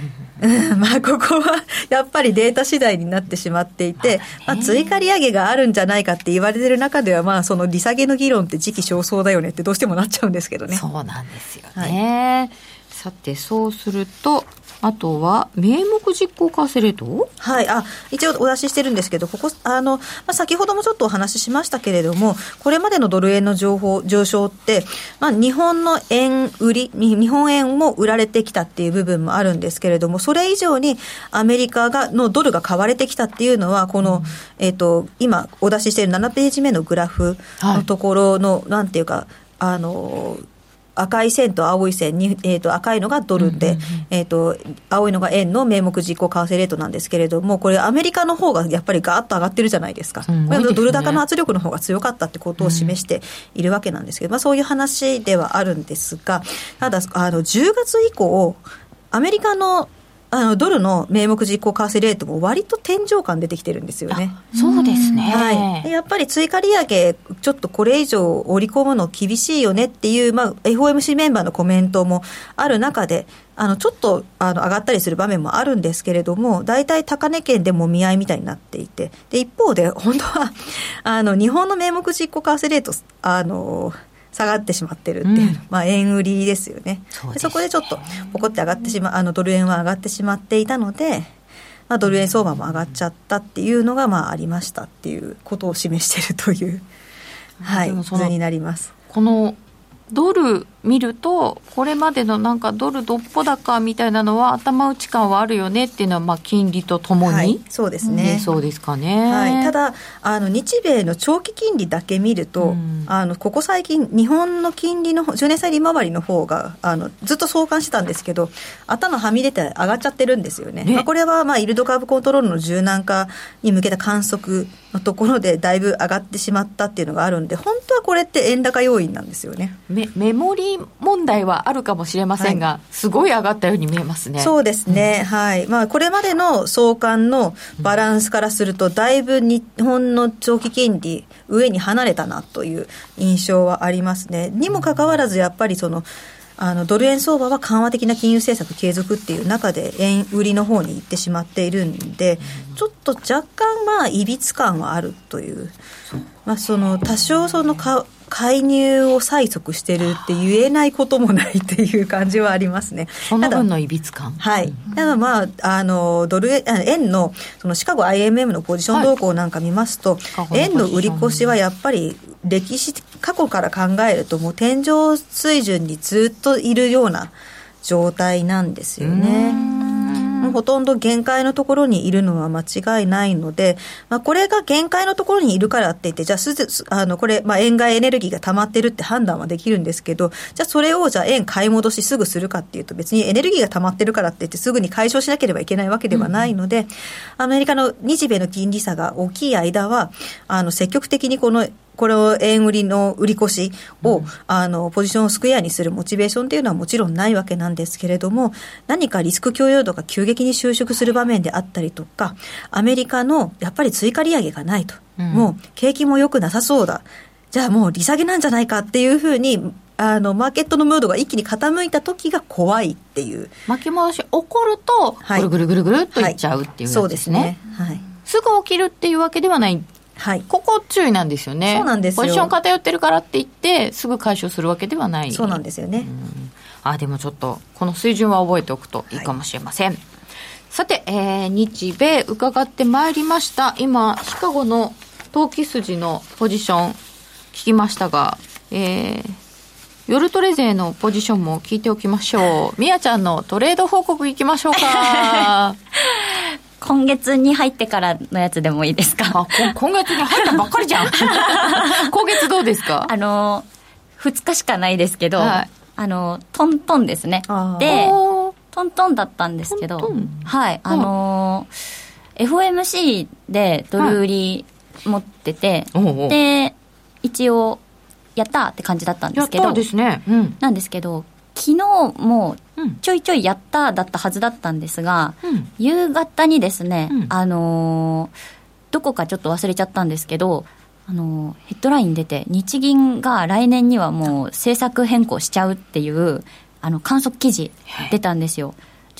まあここはやっぱりデータ次第になってしまっていて、まあ、追加利上げがあるんじゃないかって言われてる中では、まあその利下げの議論って時期尚早だよねってどうしてもなっちゃうんですけどね。 そうなんですよね、はい、さてそうするとあとは名目実行為替レート、 はい、一応お出ししてるんですけど、ここ先ほどもちょっとお話ししましたけれども、これまでのドル円の上昇って、日本の円売り、日本円も売られてきたっていう部分もあるんですけれども、それ以上にアメリカのドルが買われてきたっていうのは、この、今お出ししている7ページ目のグラフのところの、なんていうか、赤い線と青い線に、赤いのがドルで、青いのが円の名目実行為替レートなんですけれども、これアメリカの方がやっぱりガーッと上がってるじゃないですか。ドル高の圧力の方が強かったってことを示しているわけなんですけど、そういう話ではあるんですが、ただ10月以降アメリカのドルの名目実行為替レートも割と天井感出てきてるんですよね。 そうですね、 はい、やっぱり追加利上げちょっとこれ以上織り込むの厳しいよねっていう、FOMC メンバーのコメントもある中でちょっと上がったりする場面もあるんですけれども、大体高値圏でもみ合いみたいになっていて、で一方で本当は日本の名目実行為替レート下がってしまってるっていう、円売りですよね。そこでちょっとポコって上がってしまドル円は上がってしまっていたので、ドル円相場も上がっちゃったっていうのがありましたっていうことを示しているという、はい、図になります。 このドル見るとこれまでのなんかドルどっぽ高みたいなのは頭打ち感はあるよねっていうのは金利とともに、 はい、そうですね、 そうですかね、 はい、ただ日米の長期金利だけ見ると、ここ最近日本の金利の10年債利回りの方がずっと相関してたんですけど、頭はみ出て上がっちゃってるんですよね。これはイールドカーブコントロールの柔軟化に向けた観測のところでだいぶ上がってしまったっていうのがあるんで、本当はこれって円高要因なんですよね。 メモリ問題はあるかもしれませんが、はい、すごい上がったように見えますね。 そうですね、はい、これまでの相関のバランスからするとだいぶ日本の長期金利上に離れたなという印象はありますね。にもかかわらずやっぱりドル円相場は緩和的な金融政策継続っていう中で円売りの方に行ってしまっているんで、ちょっと若干いびつ感はあるという、多少介入を催促してるって言えないこともないっていう感じはありますね。 その分のいびつ感、 はい、ただドル円のシカゴ IMM のポジション動向なんか見ますと、円の売り越しはやっぱり過去から考えるともう天井水準にずっといるような状態なんですよね。もうほとんど限界のところにいるのは間違いないので、これが限界のところにいるからって言って、じゃあこれ、円買いエネルギーが溜まってるって判断はできるんですけど、じゃあそれを円買い戻しすぐするかっていうと、別にエネルギーが溜まってるからって言ってすぐに解消しなければいけないわけではないので、アメリカの日米の金利差が大きい間は積極的にこれを円売りの売り越しを、ポジションをスクエアにするモチベーションというのはもちろんないわけなんですけれども、何かリスク許容度が急激に収縮する場面であったりとか、アメリカのやっぱり追加利上げがないと、もう景気も良くなさそうだ、じゃあもう利下げなんじゃないかっていうふうにマーケットのムードが一気に傾いた時が怖いっていう、 巻き戻し起こると、はい、ぐるぐるぐるぐるっといっちゃうっていうやつですね、 そうですね、はい、 すぐ起きるっていうわけではない、はい、ここ注意なんですよね。 そうなんですよ。 ポジション偏ってるからって言ってすぐ解消するわけではない。 そうなんですよね、 でもちょっとこの水準は覚えておくといいかもしれません、はい、さて、日米伺ってまいりました。今シカゴの投機筋のポジション聞きましたが、夜トレ勢のポジションも聞いておきましょう。みやちゃんのトレード報告いきましょうか今月に入ってからのやつでもいいですか？ 今月に入ったばっかりじゃん今月どうですか ？2日しかないですけど、はい、トントンですね。でトントンだったんですけど、はい、FOMC でドル売り持ってて、はい、で一応やったって感じだったんですけど、 やったですね、 なんですけど昨日もちょいちょいやっただったはずだったんですが、夕方にですね、どこかちょっと忘れちゃったんですけど、ヘッドライン出て日銀が来年にはもう政策変更しちゃうっていう観測記事出たんですよ。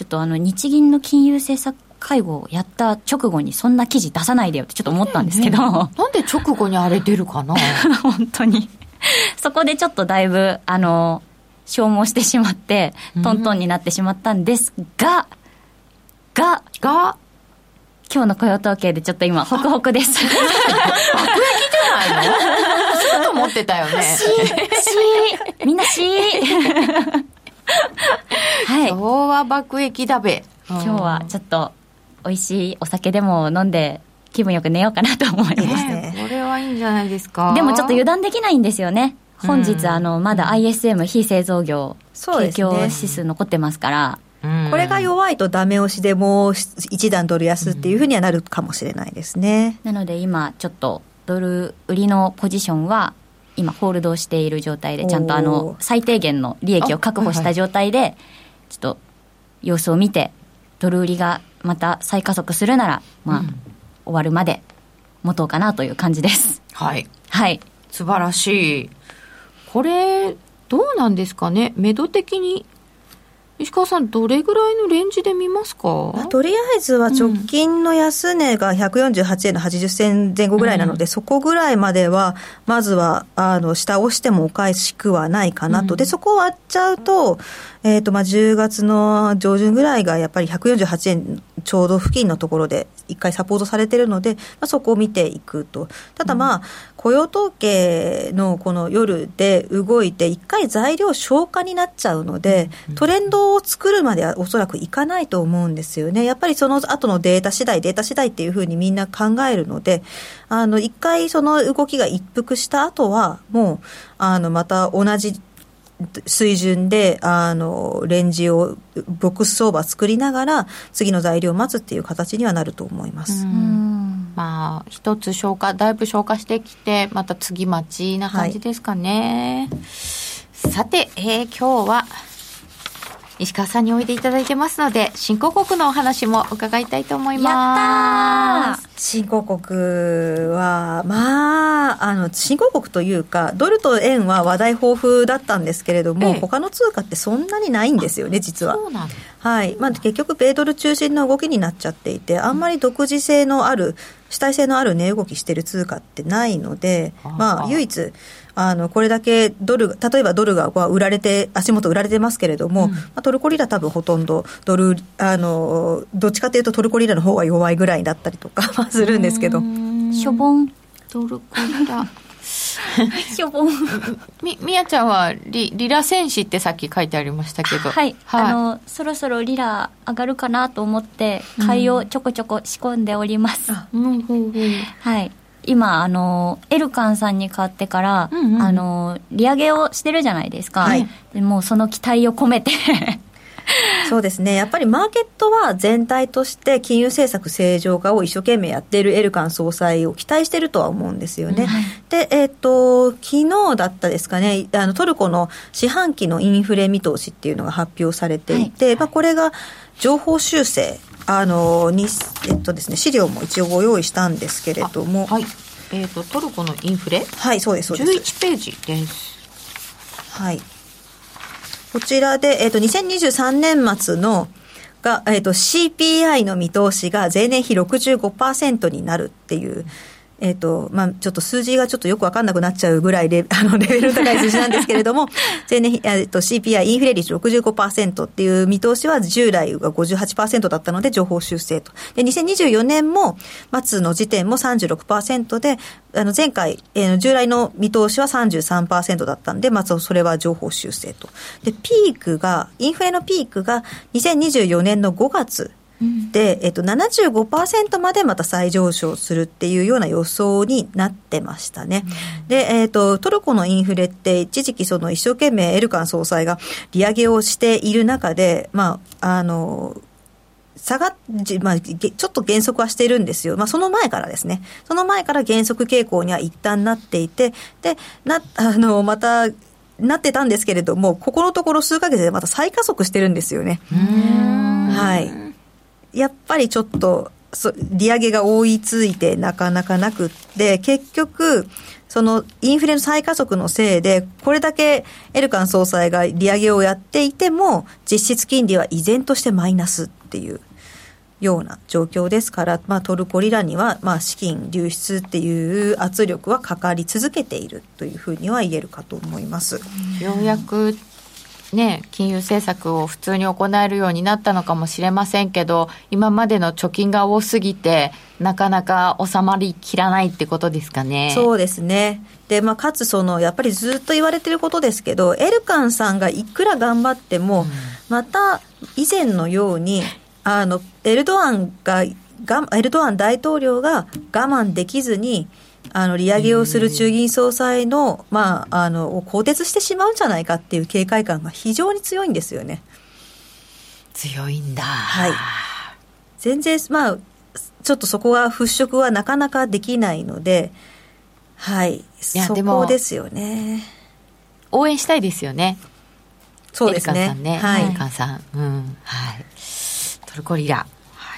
ちょっと日銀の金融政策会合をやった直後にそんな記事出さないでよってちょっと思ったんですけど、 なんで直後にあれ出るかな本当にそこでちょっとだいぶ消耗してしまってトントンになってしまったんですが、今日の雇用統計でちょっと今ホクホクです爆撃じゃないのそうと思ってたよねみんなはい、 今日は爆撃だべ。 今日はちょっと美味しいお酒でも飲んで気分よく寝ようかなと思います、 これはいいんじゃないですか。 でもちょっと油断できないんですよね。本日まだ ISM 非製造業景況指数残ってますから、 これが弱いとダメ押しでもう一段ドル安っていうふうにはなるかもしれないですね。 なので今ちょっとドル売りのポジションは今ホールドしている状態で、ちゃんと最低限の利益を確保した状態でちょっと様子を見て、ドル売りがまた再加速するなら、終わるまで持とうかなという感じです。 はい、 はい、 素晴らしい。これどうなんですかね、目処的に石川さんどれぐらいのレンジで見ますか。 とりあえずは直近の安値が148円の80銭前後ぐらいなので、そこぐらいまではまずは下押してもおかしくはないかなと。でそこを割っちゃうと、10月の上旬ぐらいがやっぱり148円ちょうど付近のところで一回サポートされているので、そこを見ていくと。ただ雇用統計のこの夜で動いて一回材料消化になっちゃうので、トレンドを作るまではおそらくいかないと思うんですよね。やっぱりその後のデータ次第っていうふうにみんな考えるので、一回その動きが一服した後はもうまた同じ水準でレンジをボックス相場作りながら次の材料を待つっていう形にはなると思います。 一つだいぶ消化してきて、また次待ちな感じですかね。さて、今日は石川さんにおいでいただいてますので、新興国のお話も伺いたいと思います。 やったー。新興国は新興国というかドルと円は話題豊富だったんですけれども、他の通貨ってそんなにないんですよね、実は。 そうなんだ。 はい。結局米ドル中心の動きになっちゃっていて、あんまり独自性のある主体性のある値動きしてる通貨ってないので、唯一これだけ例えばドルが売られて足元売られてますけれども、トルコリラ多分ほとんどどっちかというとトルコリラの方が弱いぐらいだったりとかするんですけど、 しょぼんトルコリラしょぼんみやちゃんはリラ戦士ってさっき書いてありましたけど、 はい、そろそろリラ上がるかなと思って買いをちょこちょこ仕込んでおります。はい、今エルカンさんに買ってから、利上げをしてるじゃないですか、はい、でもうその期待を込めてそうですね。やっぱりマーケットは全体として金融政策正常化を一生懸命やっているエルカン総裁を期待しているとは思うんですよね。で、昨日だったですかね、トルコの四半期のインフレ見通しっていうのが発表されていて、これが情報修正ですね、資料も一応ご用意したんですけれども、 トルコのインフレ、 はい、そうです、そうです。 11ページです。 はい。こちらで、2023年末のが、CPI の見通しが前年比 65% になるっていう、ちょっと数字がちょっとよくわかんなくなっちゃうぐらいレベルの高い数字なんですけれども、前年比、CPI インフレ率 65% っていう見通しは従来が 58% だったので情報修正と。で、2024年も末の時点も 36% で、前回、従来の見通しは 33% だったんで、それは情報修正と。で、インフレのピークが2024年の5月、で、75% までまた再上昇するっていうような予想になってましたね。で、トルコのインフレって一時期一生懸命エルカン総裁が利上げをしている中で、ちょっと減速はしているんですよ。その前からですね。その前から減速傾向には一旦なっていて、で、また、なってたんですけれども、ここのところ数ヶ月でまた再加速してるんですよね。はい。やっぱりちょっと利上げが追いついてなかなかなくって、結局そのインフレの再加速のせいでこれだけエルカン総裁が利上げをやっていても実質金利は依然としてマイナスっていうような状況ですから、トルコリラには資金流出っていう圧力はかかり続けているというふうには言えるかと思います。 ようやくね、金融政策を普通に行えるようになったのかもしれませんけど、今までの貯金が多すぎてなかなか収まりきらないってことですかね。 そうですね。で、かつやっぱりずっと言われてることですけど、エルカンさんがいくら頑張っても、また以前のようにエルドアン大統領が我慢できずに利上げをする中銀総裁の、を更迭してしまうんじゃないかっていう警戒感が非常に強いんですよね。 強いんだ。 はい。全然ちょっとそこは払拭はなかなかできないので、はい。そこですよね。 応援したいですよね。 そうですね。 エルカンさんね。 はい。 エルカンさん。はい。トルコリラ。はい。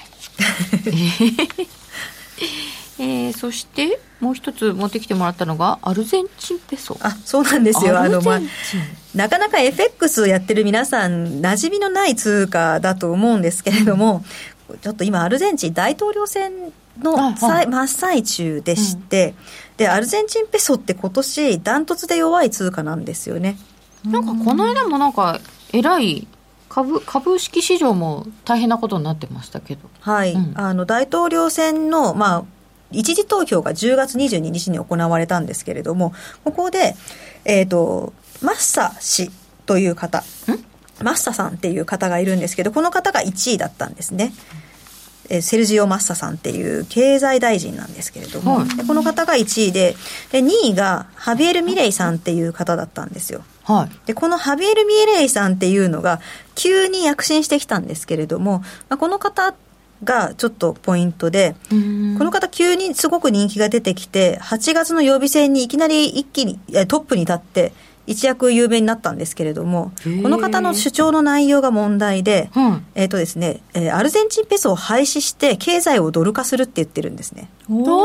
そしてもう一つ持ってきてもらったのがアルゼンチンペソ。 そうなんですよ。 アルゼンチンなかなか FX やってる皆さん馴染みのない通貨だと思うんですけれども、ちょっと今アルゼンチン大統領選の真っ最中でして、でアルゼンチンペソって今年ダントツで弱い通貨なんですよね。 なんかこの間もえらい株式市場も大変なことになってましたけど、 はい、大統領選の一次投票が10月22日に行われたんですけれども、ここでマッサ氏という方、マッサさんっていう方がいるんですけど、この方が1位だったんですね。セルジオ・マッサさんっていう経済大臣なんですけれども、でこの方が1位で2位がハビエル・ミレイさんっていう方だったんですよ。はい、でこのハビエル・ミレイさんっていうのが急に躍進してきたんですけれども、この方がちょっとポイントで、この方急にすごく人気が出てきて、8月の予備選にいきなり一気にトップに立って一躍有名になったんですけれども、この方の主張の内容が問題で、ですね、アルゼンチンペソを廃止して経済をドル化するって言ってるんですね。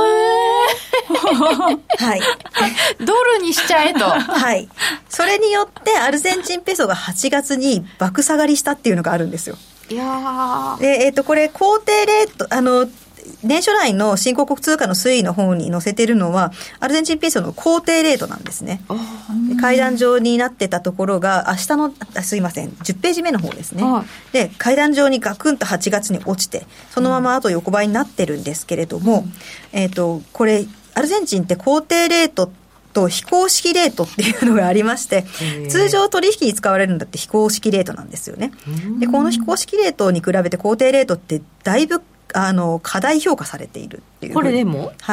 はい。 ドルにしちゃえと。 はい。それによってアルゼンチンペソが8月に爆下がりしたっていうのがあるんですよ。 いやで、これ工程レート年初来の新興国通貨の推移の方に載せているのはアルゼンチンペソの工程レートなんですね。階段状になってたところが明日のすいません10ページ目の方ですね。で階段状にガクンと8月に落ちてそのままあと横ばいになってるんですけれども、これアルゼンチンって工程レートと非公式レートっていうのがありまして、通常取引に使われるんだって非公式レートなんですよね。でこの非公式レートに比べて工程レートってだいぶ過大評価されているっていう。 これでもはい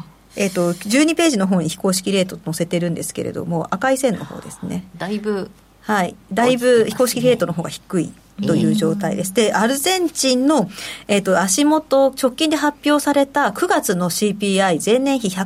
。12ページの方に非公式レート載せてるんですけれども、赤い線の方ですね。 だいぶはい。だいぶ非公式レートの方が低いという状態です。で、アルゼンチンの、足元、直近で発表された9月の CPI 前年比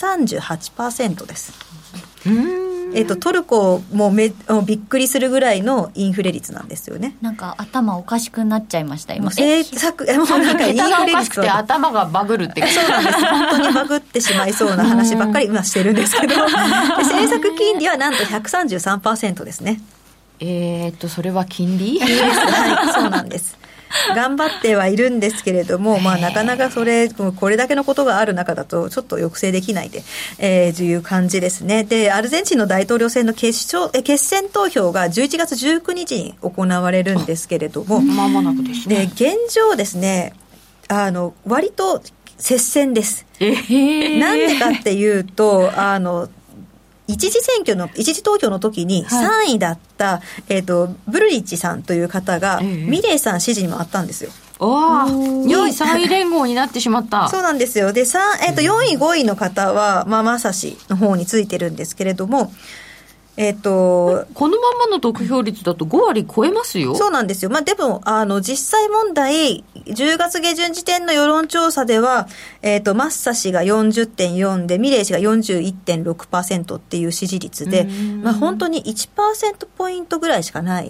138% です。トルコもびっくりするぐらいのインフレ率なんですよね。 なんか頭おかしくなっちゃいました今。 桁がおかしくて頭がバグるってそうなんです。本当にバグってしまいそうな話ばっかり今してるんですけど政策金利はなんと 133% ですね。 それは金利はい、そうなんです頑張ってはいるんですけれども、なかなかこれだけのことがある中だとちょっと抑制できないという感じですね。でアルゼンチンの大統領選の決選投票が11月19日に行われるんですけれども、 間もなくですね。 で現状ですね割と接戦です。なんでかっていうと一次投票の時に3位だった、ブルリッチさんという方が、ミレイさん支持に回ったんですよ。 2位3位連合になってしまったそうなんですよ。で、4位5位の方はマサ氏の方についてるんですけれども、 このままの得票率だと5割超えますよ。 そうなんですよ。でも実際問題10月下旬時点の世論調査ではマッサ氏が 40.4 でミレイ氏が 41.6% っていう支持率で、本当に 1% ポイントぐらいしかない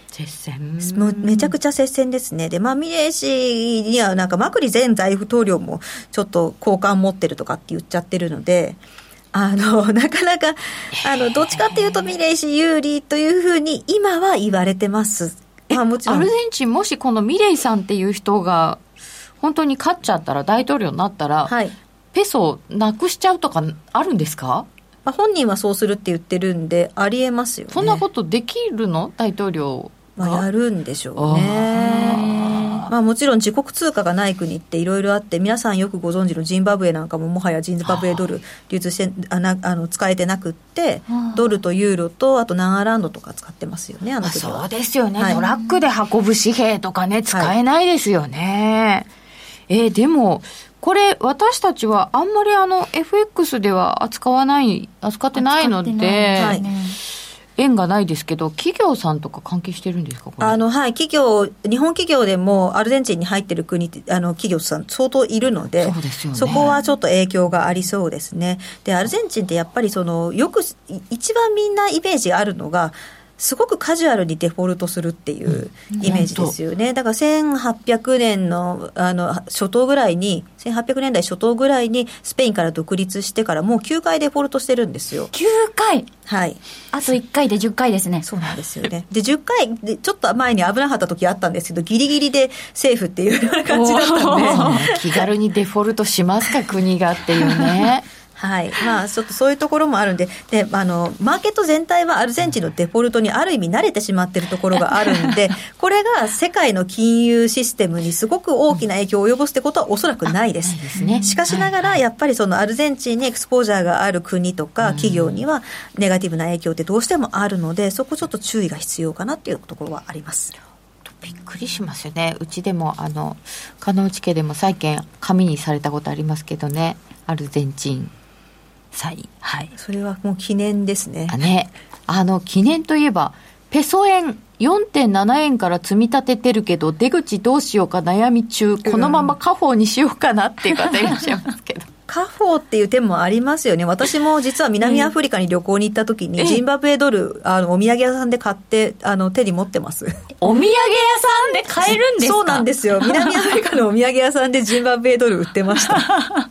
接戦。 もうめちゃくちゃ接戦ですね。で、ミレイ氏にはなんかマクリ前財務統領もちょっと好感持ってるとかって言っちゃってるので、なかなかどっちかっていうとミレイ氏有利というふうに今は言われてます。もちろんアルゼンチンもしこのミレイさんっていう人が本当に勝っちゃったら、大統領になったら、はい、ペソなくしちゃうとかあるんですか？ 本人はそうするって言ってるんでありえますよね。 そんなことできるの？大統領がやるんでしょうね。もちろん自国通貨がない国っていろいろあって、皆さんよくご存知のジンバブエなんかももはやジンバブエドル流通して使えてなくって、ドルとユーロとあとナガランドとか使ってますよね、あの時は。 そうですよね、はい、トラックで運ぶ紙幣とかね使えないですよね、はい、でもこれ私たちはあんまりFX では扱ってないので、はい、縁がないですけど、企業さんとか関係してるんですか？これはい、日本企業でもアルゼンチンに入ってる国企業さん相当いるので、 そうですよね、 そこはちょっと影響がありそうですね。で、アルゼンチンってやっぱりよく一番みんなイメージあるのが、すごくカジュアルにデフォルトするっていうイメージですよね。だから1800年の初頭ぐらいに、1800年代初頭ぐらいにスペインから独立してからもう9回デフォルトしてるんですよ。 9回？ はい。 あと1回で10回ですね。 そうなんですよね。で、10回でちょっと前に危なかった時あったんですけど、ギリギリでセーフっていうような感じだったんで。 気軽にデフォルトしますか、国がっていうね。 はい。ちょっとそういうところもあるんで、マーケット全体はアルゼンチンのデフォルトにある意味慣れてしまっているところがあるんで、これが世界の金融システムにすごく大きな影響を及ぼすってことはおそらくないです。 ないですね。 しかしながら、やっぱりアルゼンチンにエクスポージャーがある国とか企業にはネガティブな影響ってどうしてもあるので、そこちょっと注意が必要かなっていうところはあります。 びっくりしますよね。うちでも鹿内家でも債券紙にされたことありますけどね、アルゼンチン債、はい、 それはもう記念ですね。 記念といえばペソ円 4.7 円から積み立ててるけど出口どうしようか悩み中、このまま家宝にしようかなっていう方いらっしゃいますけど家宝っていう手もありますよね。私も実は南アフリカに旅行に行った時にジンバブエドルお土産屋さんで買って手に持ってます。 お土産屋さんで買えるんですか？ そうなんですよ。南アフリカのお土産屋さんでジンバブエドル売ってました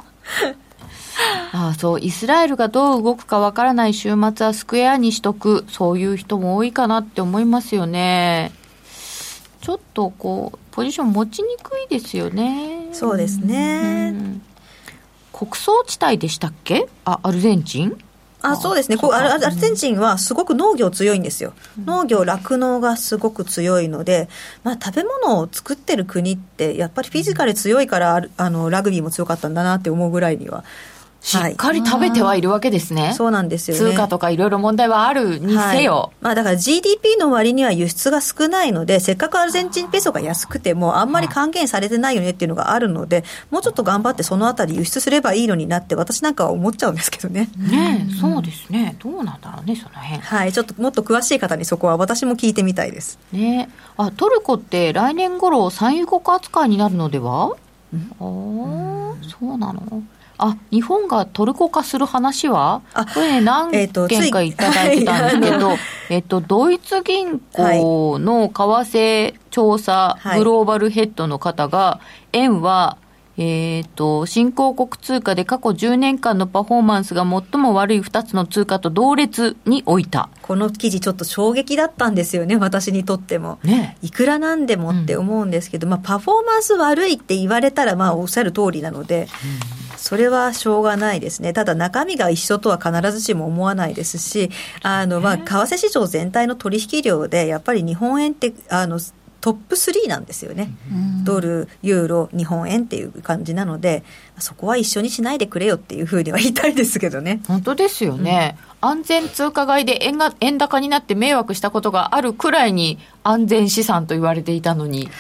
そう、イスラエルがどう動くかわからない週末はスクエアにしとく、そういう人も多いかなって思いますよね。ちょっとポジション持ちにくいですよね。 そうですね。 穀倉地帯でしたっけ？アルゼンチン？ そうですね。アルゼンチンはすごく農業強いんですよ。農業、酪農がすごく強いので、食べ物を作ってる国ってやっぱりフィジカル強いからラグビーも強かったんだなって思うぐらいには。 しっかり食べてはいるわけですね。 そうなんですよね。 通貨とかいろいろ問題はあるにせよ。 だから GDP の割には輸出が少ないので、せっかくアルゼンチンペソが安くてもあんまり還元されてないよねっていうのがあるので、もうちょっと頑張ってそのあたり輸出すればいいのになって私なんかは思っちゃうんですけどね。 そうですね。どうなんだろうね、その辺。 はい、ちょっともっと詳しい方にそこは私も聞いてみたいですね。トルコって来年頃産油国扱いになるのでは？そうなの？日本がトルコ化する話はこれね、何件かいただいてたんですけど、ドイツ銀行の為替調査グローバルヘッドの方が、円は新興国通貨で過去10年間のパフォーマンスが最も悪い2つの通貨と同列に置いた。 この記事ちょっと衝撃だったんですよね、私にとっても、いくらなんでもって思うんですけど、パフォーマンス悪いって言われたらおっしゃる通りなので、それはしょうがないですね。ただ中身が一緒とは必ずしも思わないですし、為替市場全体の取引量でやっぱり日本円ってトップ3なんですよね。ドル、ユーロ、日本円っていう感じなので、そこは一緒にしないでくれよっていうふうには言いたいですけどね。 本当ですよね。安全通貨買いで円高になって迷惑したことがあるくらいに安全資産と言われていたのに、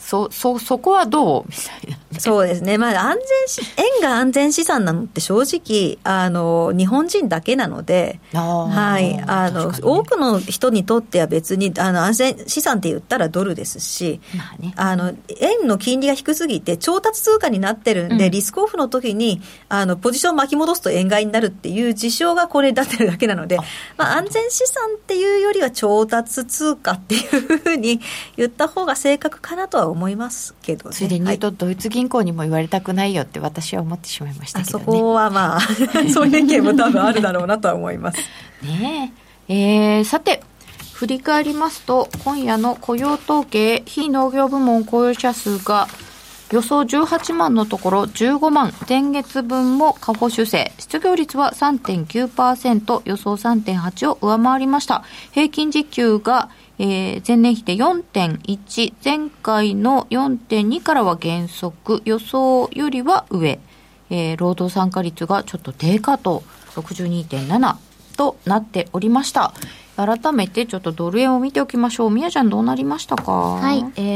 そこはどうみたいな。 そうですね、まあ、円が安全資産なのって正直日本人だけなので、はい、多くの人にとっては別に安全資産って言ったらドルですし、まあね、円の金利が低すぎて調達通貨になってるんで、リスクオフの時にポジションを巻き戻すと円買いになるっていう事象がこれになってるだけなので、まあ、安全資産っていうよりは調達通貨っていうふうに言った方が正確かなとは思いますけどね。 ついでに言うと、ドイツ銀行にも言われたくないよって私は思ってしまいましたけどね。 そこはまあそういう意見も多分あるだろうなとは思いますね。さて振り返りますと、今夜の雇用統計、非農業部門雇用者数が予想18万のところ15万、前月分も下方修正、失業率は 3.9%、予想 3.8 を上回りました。平均時給が前年比で 4.1、 前回の 4.2 からは減速、予想よりは上、労働参加率がちょっと低下と 62.7 となっておりました。改めてちょっとドル円を見ておきましょう。宮ちゃんどうなりましたか？ はい、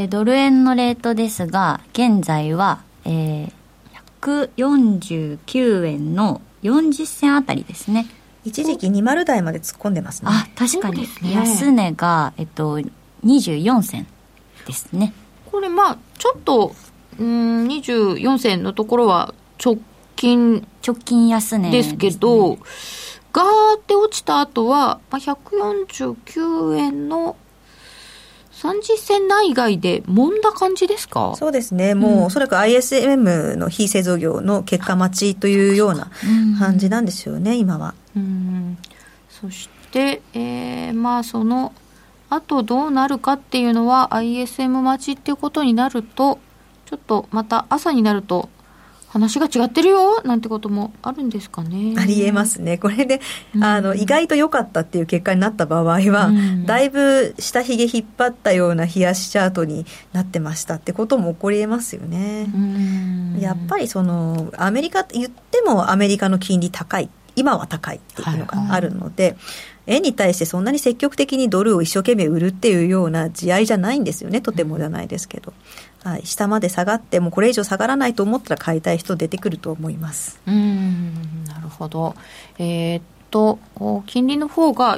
ドル円のレートですが、現在は、149円の40銭あたりですね。 一時期20台まで突っ込んでますね。 あ、確かに、ね、安値が、24銭ですね。 これまあちょっと24銭のところは直近安値ですけど、ガーって落ちた後は149円の30銭内外で揉んだ感じですか？ そうですね、もうおそらく ISM の非製造業の結果待ちというような感じなんですよね、今は。 そして、まあそのあとどうなるかっていうのは ISM 待ちっていうことになると、ちょっとまた朝になると話が違ってるよなんてこともあるんですかね。 ありえますね。これで意外と良かったっていう結果になった場合は、だいぶ下髭引っ張ったような冷やしチャートになってましたってことも起こりえますよね。やっぱりアメリカって言ってもアメリカの金利高い、今は高いっていうのがあるので、円に対してそんなに積極的にドルを一生懸命売るっていうような地合いじゃないんですよね。とてもじゃないですけど、はい、下まで下がってもこれ以上下がらないと思ったら買いたい人出てくると思います。 なるほど。金利の方が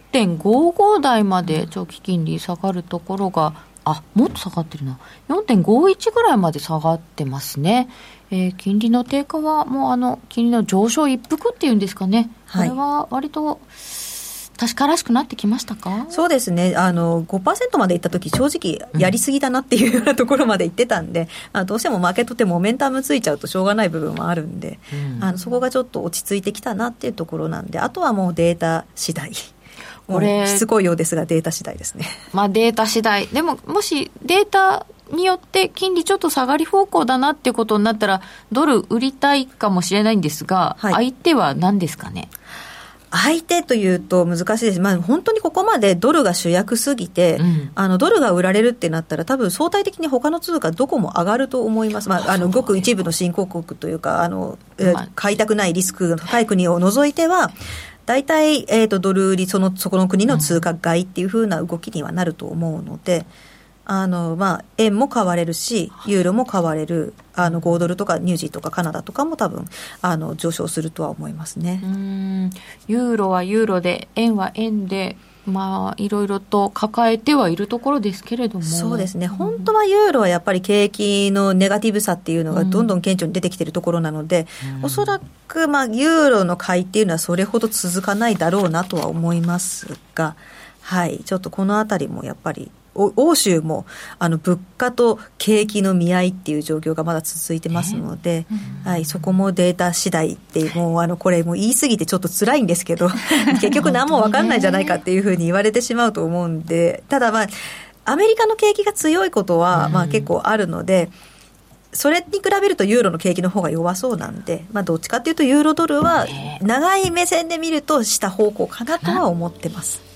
4.55 台まで長期金利下がるところが、もっと下がってるな、 4.51 ぐらいまで下がってますね。金利の低下はもう金利の上昇一服っていうんですかね、これは割と確からしくなってきましたか？ そうですね、5% までいったとき正直やりすぎだなっていうようなところまでいってたんで、どうしてもマーケットってモメンタムついちゃうとしょうがない部分もあるんで、そこがちょっと落ち着いてきたなっていうところなんで、あとはもうデータ次第、これしつこいようですがデータ次第ですね。 まあデータ次第でも、もしデータによって金利ちょっと下がり方向だなっていうことになったらドル売りたいかもしれないんですが、相手は何ですかね？ 相手というと難しいです。本当にここまでドルが主役すぎて、ドルが売られるってなったら多分相対的に他の通貨どこも上がると思います。ごく一部の新興国というか買いたくないリスクが高い国を除いては大体、ドル売りそこの国の通貨買いっていう風な動きにはなると思うので、円も買われるしユーロも買われる、5ドルとかニュージーとかカナダとかも多分上昇するとは思いますね。 ユーロはユーロで円は円で、いろいろと抱えてはいるところですけれども、 そうですね、本当はユーロはやっぱり景気のネガティブさっていうのがどんどん顕著に出てきているところなので、おそらくユーロの買いっていうのはそれほど続かないだろうなとは思いますが、ちょっとこのあたりもやっぱり欧州も物価と景気の見合いっていう状況がまだ続いてますので、そこもデータ次第ってもうこれもう言い過ぎてちょっと辛いんですけど結局何も分かんないんじゃないかっていうふうに言われてしまうと思うんで、ただアメリカの景気が強いことは結構あるので、それに比べるとユーロの景気の方が弱そうなんで、どっちかっていうとユーロドルは長い目線で見ると下方向かなとは思ってます。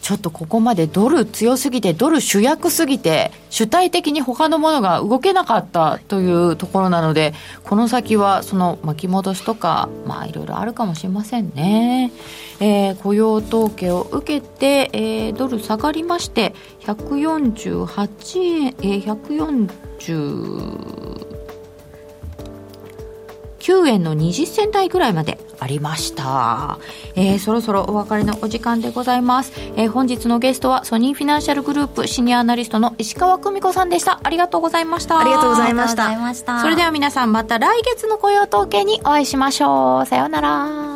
ちょっとここまでドル強すぎて、ドル主役すぎて主体的に他のものが動けなかったというところなので、この先はその巻き戻しとかいろいろあるかもしれませんね。雇用統計を受けて、ドル下がりまして148円、149円の20銭台ぐらいまでありました。そろそろお別れのお時間でございます。本日のゲストはソニーフィナンシャルグループシニアアナリストの石川久美子さんでした。ありがとうございました。 ありがとうございました。 それでは皆さん、また来月の雇用統計にお会いしましょう。さようなら。